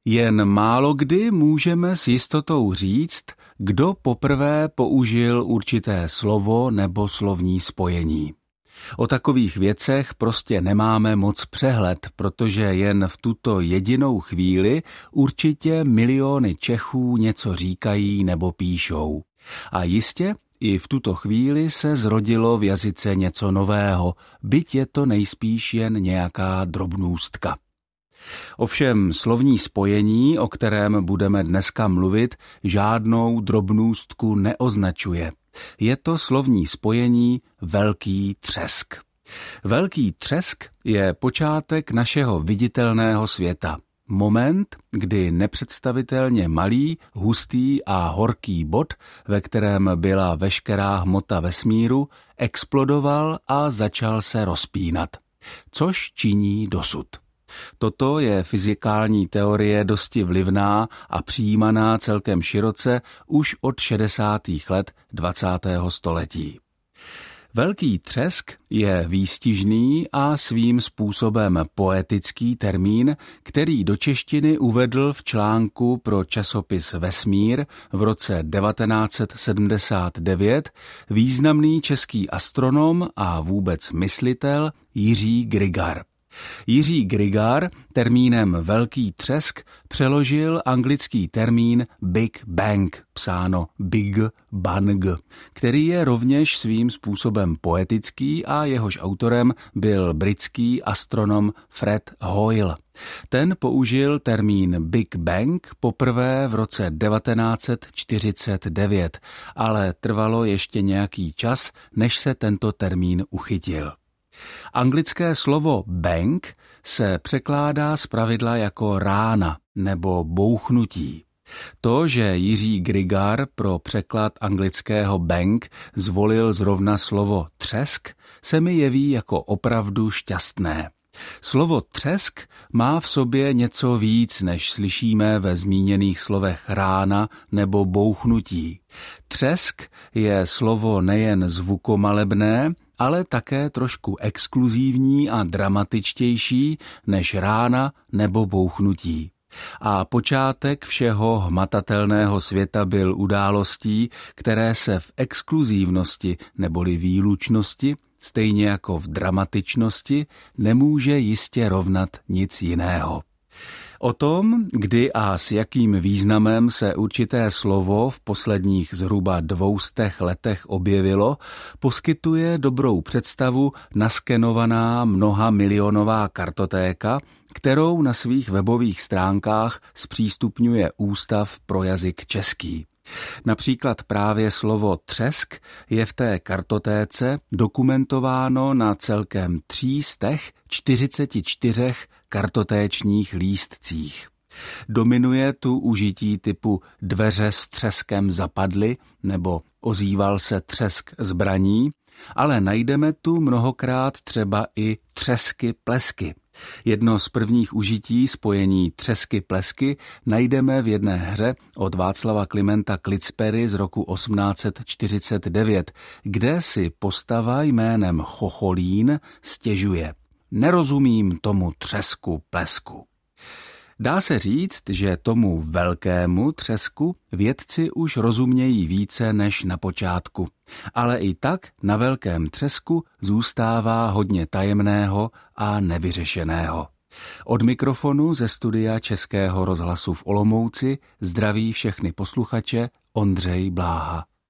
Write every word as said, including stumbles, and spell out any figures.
Jen málokdy můžeme s jistotou říct, kdo poprvé použil určité slovo nebo slovní spojení. O takových věcech prostě nemáme moc přehled, protože jen v tuto jedinou chvíli určitě miliony Čechů něco říkají nebo píšou. A jistě i v tuto chvíli se zrodilo v jazyce něco nového, byť je to nejspíš jen nějaká drobnůstka. Ovšem slovní spojení, o kterém budeme dneska mluvit, žádnou drobnůstku neoznačuje. Je to slovní spojení velký třesk. Velký třesk je počátek našeho viditelného světa. Moment, kdy nepředstavitelně malý, hustý a horký bod, ve kterém byla veškerá hmota vesmíru, explodoval a začal se rozpínat. Což činí dosud. Toto je fyzikální teorie dosti vlivná a přijímaná celkem široce už od šedesátých let dvacátého století. Velký třesk je výstižný a svým způsobem poetický termín, který do češtiny uvedl v článku pro časopis Vesmír v roce devatenáct set sedmdesát devět významný český astronom a vůbec myslitel Jiří Grigar. Jiří Grigar termínem velký třesk přeložil anglický termín Big Bang, psáno Big Bang, který je rovněž svým způsobem poetický a jehož autorem byl britský astronom Fred Hoyle. Ten použil termín Big Bang poprvé v roce devatenáct set čtyřicet devět, ale trvalo ještě nějaký čas, než se tento termín uchytil. Anglické slovo bang se překládá zpravidla jako rána nebo bouchnutí. To, že Jiří Grigar pro překlad anglického bang zvolil zrovna slovo třesk, se mi jeví jako opravdu šťastné. Slovo třesk má v sobě něco víc, než slyšíme ve zmíněných slovech rána nebo bouchnutí. Třesk je slovo nejen zvukomalebné, ale také trošku exkluzívní a dramatičtější než rána nebo bouchnutí. A počátek všeho hmatatelného světa byl událostí, které se v exkluzívnosti neboli výlučnosti, stejně jako v dramatičnosti, nemůže jistě rovnat nic jiného. O tom, kdy a s jakým významem se určité slovo v posledních zhruba dvoustech letech objevilo, poskytuje dobrou představu naskenovaná mnoha milionová kartotéka, kterou na svých webových stránkách zpřístupňuje Ústav pro jazyk český. Například právě slovo třesk je v té kartotéce dokumentováno na celkem tří stech čtyřiceti čtyřech kartotéčních lístcích. Dominuje tu užití typu dveře s třeskem zapadly nebo ozýval se třesk zbraní, ale najdeme tu mnohokrát třeba i třesky plesky. Jedno z prvních užití spojení třesky plesky najdeme v jedné hře od Václava Klimenta Klitspery z roku osmnáct set čtyřicet devět, kde si postava jménem Chocholín stěžuje: nerozumím tomu třesku plesku. Dá se říct, že tomu velkému třesku vědci už rozumějí více než na počátku. Ale i tak na velkém třesku zůstává hodně tajemného a nevyřešeného. Od mikrofonu ze studia Českého rozhlasu v Olomouci zdraví všechny posluchače Ondřej Bláha.